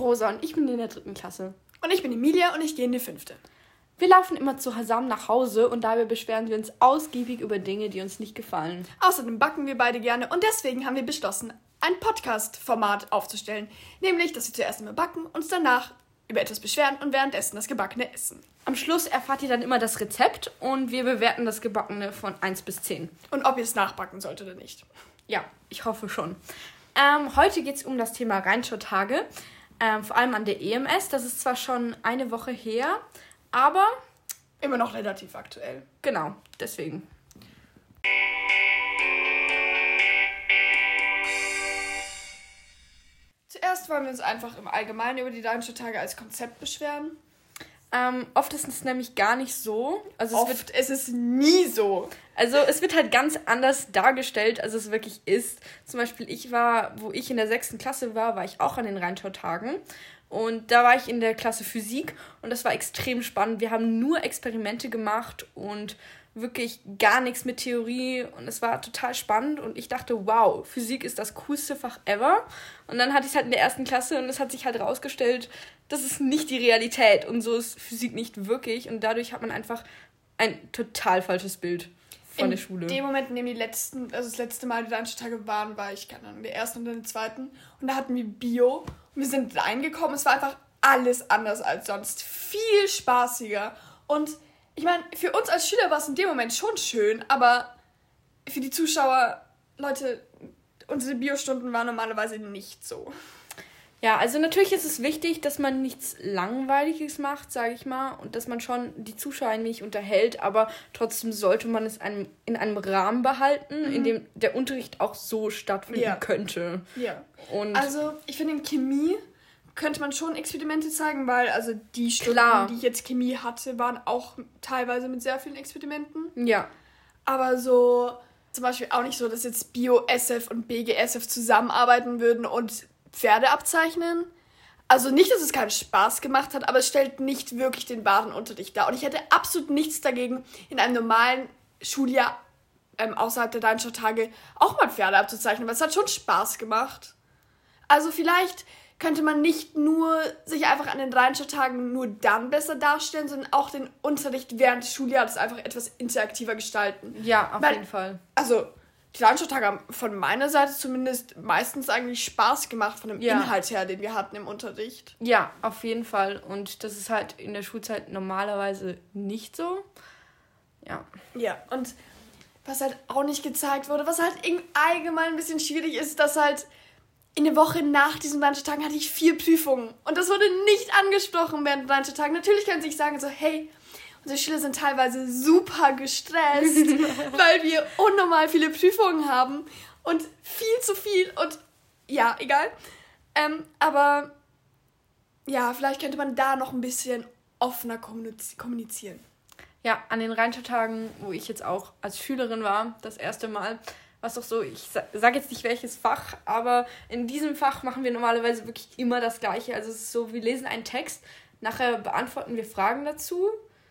Rosa und ich bin in der 3. Klasse. Und ich bin Emilia und ich gehe in die 5. Wir laufen immer zusammen nach Hause und dabei beschweren wir uns ausgiebig über Dinge, die uns nicht gefallen. Außerdem backen wir beide gerne und deswegen haben wir beschlossen, ein Podcast-Format aufzustellen. Nämlich, dass wir zuerst einmal backen, uns danach über etwas beschweren und währenddessen das Gebackene essen. Am Schluss erfahrt ihr dann immer das Rezept und wir bewerten das Gebackene von 1 bis 10. Und ob ihr es nachbacken sollt oder nicht. Ja, ich hoffe schon. Heute geht es um das Thema Reinschau-Tage, vor allem an der EMS. Das ist zwar schon eine Woche her, aber immer noch relativ aktuell. Genau, deswegen. Zuerst wollen wir uns einfach im Allgemeinen über die Reinschau-Tage als Konzept beschweren. Oft ist es nämlich gar nicht so. Also es ist nie so. Also es wird halt ganz anders dargestellt, als es wirklich ist. Zum Beispiel wo ich in der 6. Klasse war ich auch an den Reinschau-Tagen. Und da war ich in der Klasse Physik und das war extrem spannend. Wir haben nur Experimente gemacht und wirklich gar nichts mit Theorie und es war total spannend und ich dachte, wow, Physik ist das coolste Fach ever. Und dann hatte ich es halt in der 1. Klasse und es hat sich halt rausgestellt, das ist nicht die Realität und so ist Physik nicht wirklich und dadurch hat man einfach ein total falsches Bild von der Schule. In dem Moment, in dem das letzte Mal die Reinschau-Tage waren, war ich, keine Ahnung, der 1. und der 2. und da hatten wir Bio und wir sind reingekommen, es war einfach alles anders als sonst, viel spaßiger und ich meine, für uns als Schüler war es in dem Moment schon schön, aber für die Zuschauer, Leute, unsere Biostunden waren normalerweise nicht so. Ja, also natürlich ist es wichtig, dass man nichts Langweiliges macht, sage ich mal, und dass man schon die Zuschauer ein wenig unterhält, aber trotzdem sollte man es in einem Rahmen behalten, in dem der Unterricht auch so stattfinden könnte. Ja. Und also ich finde, in Chemie könnte man schon Experimente zeigen, weil also die Stunden, die ich jetzt Chemie hatte, waren auch teilweise mit sehr vielen Experimenten. Ja. Aber so zum Beispiel auch nicht so, dass jetzt Bio-SF und BG-SF zusammenarbeiten würden und Pferde abzeichnen. Also nicht, dass es keinen Spaß gemacht hat, aber es stellt nicht wirklich den wahren Unterricht dar. Und ich hätte absolut nichts dagegen, in einem normalen Schuljahr außerhalb der Reinschau-Tage auch mal Pferde abzuzeichnen, weil es hat schon Spaß gemacht. Also vielleicht könnte man nicht nur sich einfach an den Reinschau-Tagen nur dann besser darstellen, sondern auch den Unterricht während des Schuljahres einfach etwas interaktiver gestalten. Ja, auf jeden Fall. Also, die Reinschau-Tage haben von meiner Seite zumindest meistens eigentlich Spaß gemacht von dem Inhalt her, den wir hatten im Unterricht. Ja, auf jeden Fall. Und das ist halt in der Schulzeit normalerweise nicht so. Ja. Ja, und was halt auch nicht gezeigt wurde, was halt allgemein ein bisschen schwierig ist, dass halt in der Woche nach diesen Reinschau-Tagen hatte ich 4 Prüfungen. Und das wurde nicht angesprochen während den Reinschau-Tagen. Natürlich können sie sich sagen so, hey, unsere Schüler sind teilweise super gestresst, weil wir unnormal viele Prüfungen haben. Und viel zu viel. Und ja, egal. Aber ja, vielleicht könnte man da noch ein bisschen offener kommunizieren. Ja, an den Reinschau-Tagen, wo ich jetzt auch als Schülerin war, das erste Mal, was doch so, ich sage jetzt nicht welches Fach, aber in diesem Fach machen wir normalerweise wirklich immer das Gleiche. Also es ist so, wir lesen einen Text, nachher beantworten wir Fragen dazu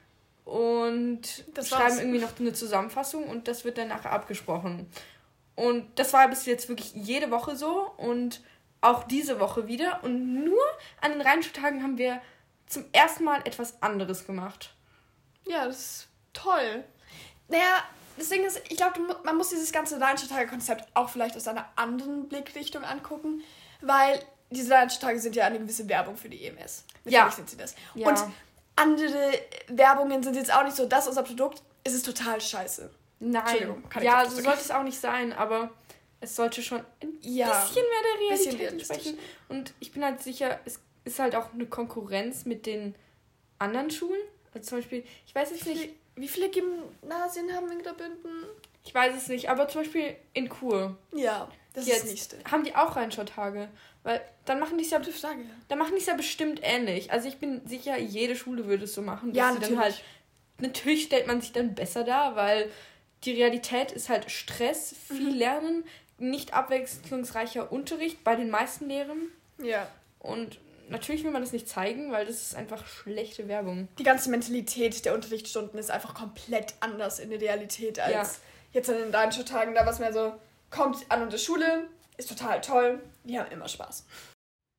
und schreiben irgendwie noch eine Zusammenfassung und das wird dann nachher abgesprochen. Und das war bis jetzt wirklich jede Woche so und auch diese Woche wieder. Und nur an den Reinschau-Tagen haben wir zum ersten Mal etwas anderes gemacht. Ja, das ist toll. Naja, das Ding ist, ich glaube, man muss dieses ganze Reinschau-Tage-Konzept auch vielleicht aus einer anderen Blickrichtung angucken, weil diese Reinschau-Tage sind ja eine gewisse Werbung für die EMS. Natürlich sind sie das. Ja. Und andere Werbungen sind jetzt auch nicht so, das ist unser Produkt, ist es total scheiße. Nein, ja, so sollte es auch nicht sein, aber es sollte schon ein bisschen mehr der Realität entsprechen. Und ich bin halt sicher, es ist halt auch eine Konkurrenz mit den anderen Schulen. Also zum Beispiel, ich weiß jetzt nicht... Wie viele Gymnasien haben wir in Graubünden? Ich weiß es nicht, aber zum Beispiel in Chur. Ja, das ist das Nächste. Haben die auch Reinschau-Tage? Weil dann machen die es ja bestimmt ähnlich. Also ich bin sicher, jede Schule würde es so machen. Ja, natürlich. Natürlich stellt man sich dann besser dar, weil die Realität ist halt Stress, viel Lernen, nicht abwechslungsreicher Unterricht bei den meisten Lehrern. Ja. Und natürlich will man das nicht zeigen, weil das ist einfach schlechte Werbung. Die ganze Mentalität der Unterrichtsstunden ist einfach komplett anders in der Realität als jetzt an den Reinschau-Tagen. Da was mehr so, kommt an unsere Schule, ist total toll, wir haben immer Spaß.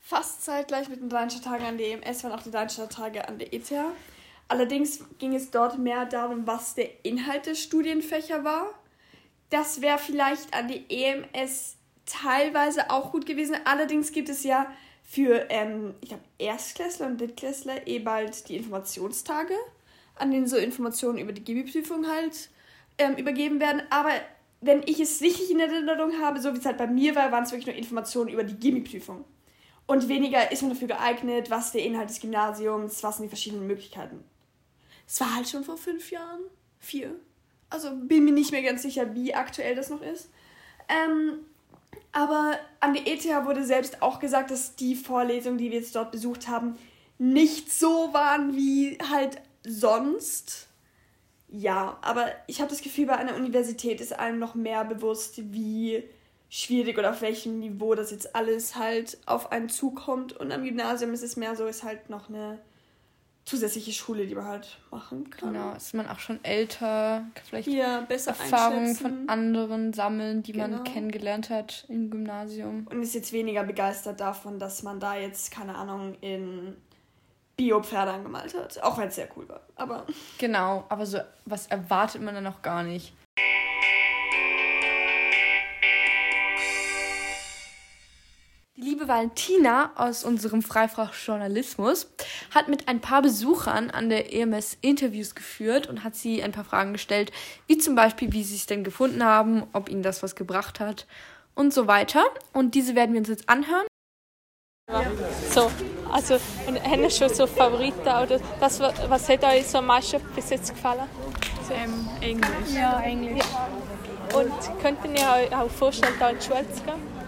Fast zeitgleich mit den Rheinstadttagen an der EMS waren auch die Rheinstadttage an der ETH. Allerdings ging es dort mehr darum, was der Inhalt der Studienfächer war. Das wäre vielleicht an die EMS teilweise auch gut gewesen. Allerdings gibt es ja für, ich glaube, Erstklässler und Drittklässler bald die Informationstage, an denen so Informationen über die Gibi-Prüfung halt übergeben werden. Aber wenn ich es richtig in Erinnerung habe, so wie es halt bei mir war, waren es wirklich nur Informationen über die Gibi-Prüfung. Und weniger ist man dafür geeignet, was der Inhalt des Gymnasiums, was sind die verschiedenen Möglichkeiten. Es war halt schon vor 5 Jahren, 4. Also bin mir nicht mehr ganz sicher, wie aktuell das noch ist. Aber an der ETH wurde selbst auch gesagt, dass die Vorlesungen, die wir jetzt dort besucht haben, nicht so waren wie halt sonst. Ja, aber ich habe das Gefühl, bei einer Universität ist einem noch mehr bewusst, wie schwierig oder auf welchem Niveau das jetzt alles halt auf einen zukommt. Und am Gymnasium ist es mehr so, ist halt noch eine zusätzliche Schule, die man halt machen kann. Genau, ist man auch schon älter, kann vielleicht besser Erfahrungen von anderen sammeln, die man kennengelernt hat im Gymnasium. Und ist jetzt weniger begeistert davon, dass man da jetzt, keine Ahnung, in Bio-Pferde angemalt hat. Auch wenn es sehr cool war. Aber genau, aber so was erwartet man dann noch gar nicht. Die liebe Valentina aus unserem Freifach Journalismus hat mit ein paar Besuchern an der EMS Interviews geführt und hat sie ein paar Fragen gestellt, wie zum Beispiel, wie sie es denn gefunden haben, ob ihnen das was gebracht hat und so weiter. Und diese werden wir uns jetzt anhören. So, also, und haben schon so Favoriten oder das, was hat euch so am meisten bis jetzt gefallen? So. Englisch. Ja, Englisch. Ja. Und könnten ihr euch auch vorstellen, da in die Schule zu gehen?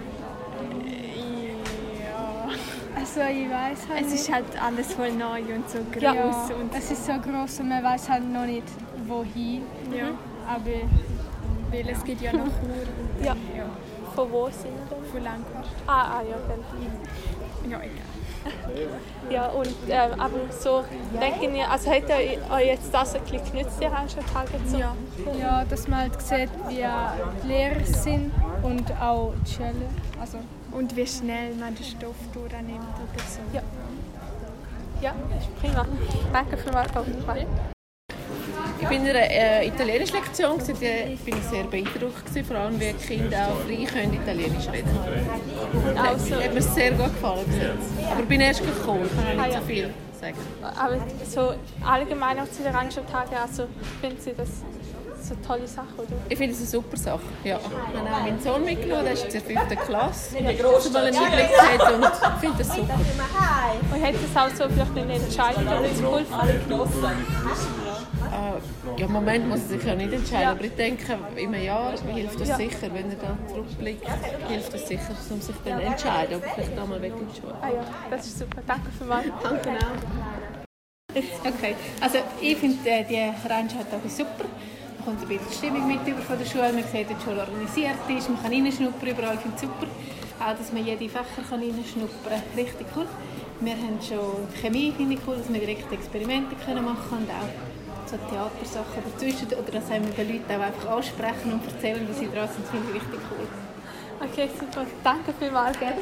Also ich weiß halt Es ist halt alles voll neu und so groß. Ja, Und es ist so groß und man weiß halt noch nicht, wohin. ja. Aber Weil es geht ja nach Chur. Ja. Von wo sind wir denn? Von Langquart. Ja, dann. Ja, egal. Ja, und aber so, denken ihr, also hat euch jetzt das ein bisschen genützt, die Rheinstadttage? Ja. ja, dass man halt sieht, wie die Lehrer sind und auch die Schüler. Also, Und wie schnell man den Stoff durchnimmt oder so. Ja. Ja, das ist prima. Danke vielmals. Ich war in einer Italienisch-Lektion, da bin ich sehr beeindruckt, vor allem wie die Kinder auch frei können Italienisch reden. Also, Hat mir sehr gut gefallen bis jetzt. Aber ich bin erst gekommen, kann auch nicht so viel sagen. aber so allgemein auch zu den Rheinstadttagen, also finden Sie das so eine tolle Sache, oder? Ich finde es eine super Sache. Ja. Ich habe auch meinen Sohn mitgenommen, der ist jetzt in der 5. Klasse. Ich habe schon mal einen Einblick gehabt und ich finde das super. Und hat das auch so vielleicht eine Entscheidung geholfen? Ja, im Moment muss er sich ja nicht entscheiden, aber ich denke, in einem Jahr hilft das sicher, wenn er da zurückblickt, hilft das sicher, um sich dann zu entscheiden, ob er vielleicht einmal weg in die Schule. Ah ja, das ist super. Danke vielmals. Danke auch. Okay, also ich finde die Rheinstadttage super. Man kommt ein bisschen Stimmung mit über von der Schule, man sieht, dass die Schule organisiert ist, man kann reinschnuppern überall, ich finde es super. Auch, dass man jede Fächer reinschnuppern kann, richtig cool. Wir haben schon Chemie, finde ich cool, dass wir direkt Experimente machen können und auch so Theatersachen dazwischen, oder dass wir den Leuten auch einfach ansprechen und erzählen, wie sie dran sind, finde ich richtig cool. Okay, super. Danke vielmals. Gell?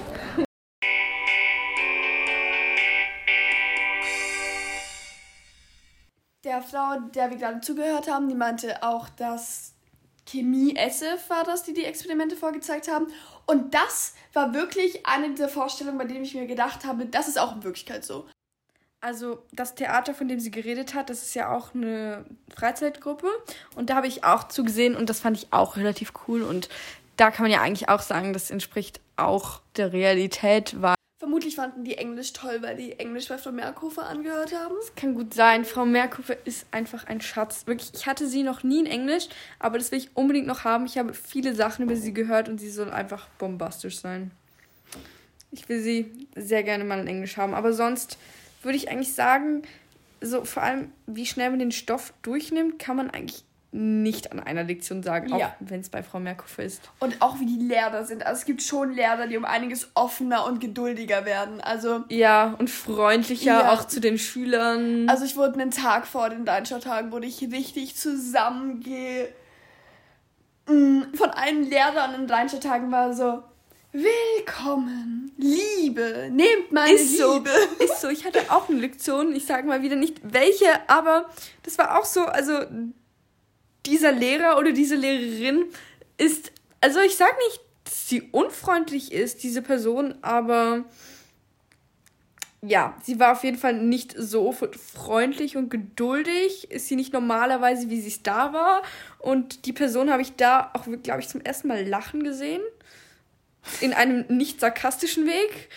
der Frau, der wir gerade zugehört haben, die meinte auch, dass Chemie SF war das, die Experimente vorgezeigt haben. Und das war wirklich eine dieser Vorstellungen, bei denen ich mir gedacht habe, das ist auch in Wirklichkeit so. Also das Theater, von dem sie geredet hat, das ist ja auch eine Freizeitgruppe. Und da habe ich auch zugesehen und das fand ich auch relativ cool. Und da kann man ja eigentlich auch sagen, das entspricht auch der Realität, weil Vermutlich fanden die Englisch toll, weil die Englisch bei Frau Merkhofer angehört haben. es kann gut sein. Frau Merkhofer ist einfach ein Schatz. Wirklich, ich hatte sie noch nie in Englisch, aber das will ich unbedingt noch haben. Ich habe viele Sachen über sie gehört und sie soll einfach bombastisch sein. Ich will sie sehr gerne mal in Englisch haben. Aber sonst würde ich eigentlich sagen, so vor allem, wie schnell man den Stoff durchnimmt, kann man eigentlich nicht an einer Lektion sagen, auch wenn es bei Frau Merkhofer ist. Und auch wie die Lehrer sind. Also es gibt schon Lehrer, die um einiges offener und geduldiger werden. Also ja, und freundlicher auch zu den Schülern. Also ich wurde einen Tag vor den Rheinstadttagen, wurde ich richtig von allen Lehrern an den Rheinstadttagen war so, Willkommen, Liebe, nehmt meine Ist so, Liebe. ist so. Ich hatte auch eine Lektion, ich sage mal wieder nicht welche, aber das war auch so, also dieser Lehrer oder diese Lehrerin ist, also ich sage nicht, dass sie unfreundlich ist, diese Person, aber ja, sie war auf jeden Fall nicht so freundlich und geduldig, ist sie nicht normalerweise, wie sie es da war. Und die Person habe ich da auch, glaube ich, zum ersten Mal lachen gesehen. In einem nicht sarkastischen Weg.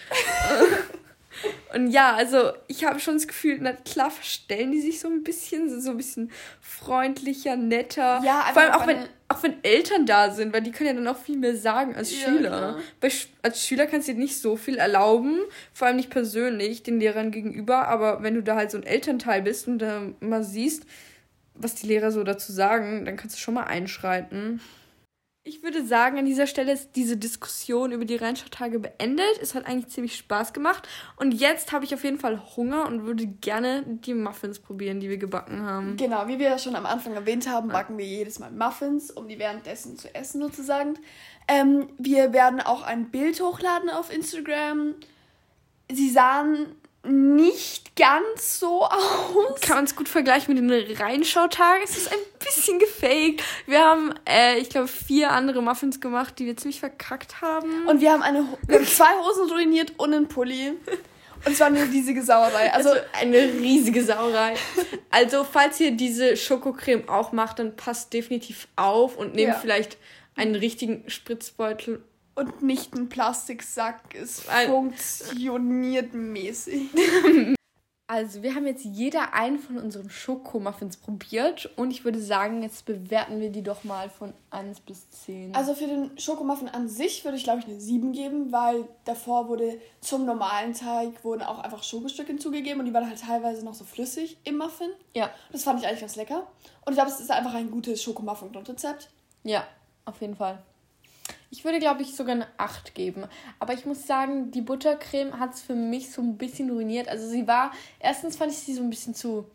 Und ja, also ich habe schon das Gefühl, na klar verstellen die sich so ein bisschen, sind so ein bisschen freundlicher, netter. Ja, vor allem auch wenn Eltern da sind, weil die können ja dann auch viel mehr sagen als Schüler. Als Schüler kannst du dir nicht so viel erlauben, vor allem nicht persönlich den Lehrern gegenüber, aber wenn du da halt so ein Elternteil bist und da mal siehst, was die Lehrer so dazu sagen, dann kannst du schon mal einschreiten. Ich würde sagen, an dieser Stelle ist diese Diskussion über die Rheinstadttage beendet. Es hat eigentlich ziemlich Spaß gemacht. Und jetzt habe ich auf jeden Fall Hunger und würde gerne die Muffins probieren, die wir gebacken haben. Genau, wie wir ja schon am Anfang erwähnt haben, backen wir jedes Mal Muffins, um die währenddessen zu essen sozusagen. Wir werden auch ein Bild hochladen auf Instagram. Sie sahen nicht ganz so aus. Kann man es gut vergleichen mit den Rheinschautagen. Es ist ein bisschen gefaked. Wir haben, ich glaube, 4 andere Muffins gemacht, die wir ziemlich verkackt haben. Und wir haben 2 Hosen ruiniert und einen Pulli. Und es war eine riesige Sauerei. Also eine riesige Sauerei. Also, falls ihr diese Schokocreme auch macht, dann passt definitiv auf und nehmt vielleicht einen richtigen Spritzbeutel. Und nicht ein Plastiksack, es funktioniert mäßig. Also, wir haben jetzt jeder einen von unseren Schokomuffins probiert und ich würde sagen, jetzt bewerten wir die doch mal von 1 bis 10. Also für den Schokomuffin an sich würde ich, glaube ich, eine 7 geben, weil davor wurde zum normalen Teig wurden auch einfach Schokostücke hinzugegeben und die waren halt teilweise noch so flüssig im Muffin. Ja. Das fand ich eigentlich ganz lecker. Und ich glaube, es ist einfach ein gutes Schokomuffin-Grundrezept. Ja, auf jeden Fall. Ich würde, glaube ich, sogar eine 8 geben. Aber ich muss sagen, die Buttercreme hat es für mich so ein bisschen ruiniert. Also erstens fand ich sie so ein bisschen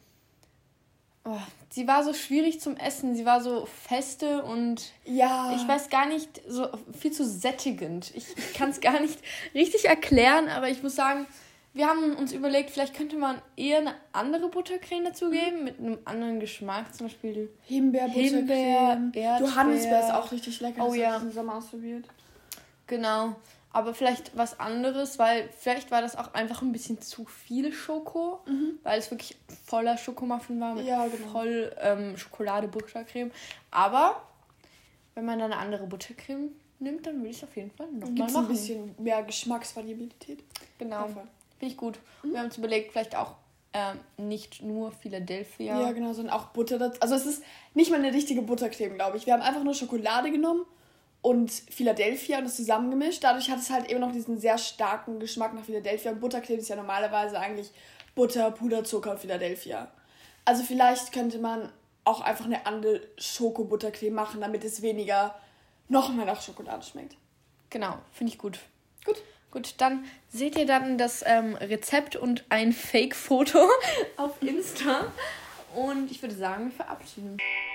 sie war so schwierig zum Essen. Sie war so feste und ich weiß gar nicht, so viel zu sättigend. Ich kann es gar nicht richtig erklären, aber ich muss sagen, wir haben uns überlegt, vielleicht könnte man eher eine andere Buttercreme dazugeben, mit einem anderen Geschmack, zum Beispiel Himbeerbuttercreme. Johannisbeer ist auch richtig lecker, das habe ich im Sommer ausprobiert. Genau, aber vielleicht was anderes, weil vielleicht war das auch einfach ein bisschen zu viel Schoko, weil es wirklich voller Schokomuffin war mit voll Schokolade-Buttercreme. Aber wenn man dann eine andere Buttercreme nimmt, dann würde ich es auf jeden Fall nochmal machen. Gibt's ein bisschen mehr Geschmacksvariabilität. Genau. Finde ich gut. Wir haben uns überlegt, vielleicht auch nicht nur Philadelphia. Ja, genau, sondern auch Butter dazu. Also es ist nicht mal eine richtige Buttercreme, glaube ich. Wir haben einfach nur Schokolade genommen und Philadelphia und das zusammengemischt. Dadurch hat es halt eben noch diesen sehr starken Geschmack nach Philadelphia. Und Buttercreme ist ja normalerweise eigentlich Butter, Puderzucker und Philadelphia. Also vielleicht könnte man auch einfach eine andere Schoko-Buttercreme machen, damit es weniger noch mehr nach Schokolade schmeckt. Genau, finde ich gut. Gut, dann seht ihr dann das Rezept und ein Fake-Foto auf Insta. Und ich würde sagen, wir verabschieden uns.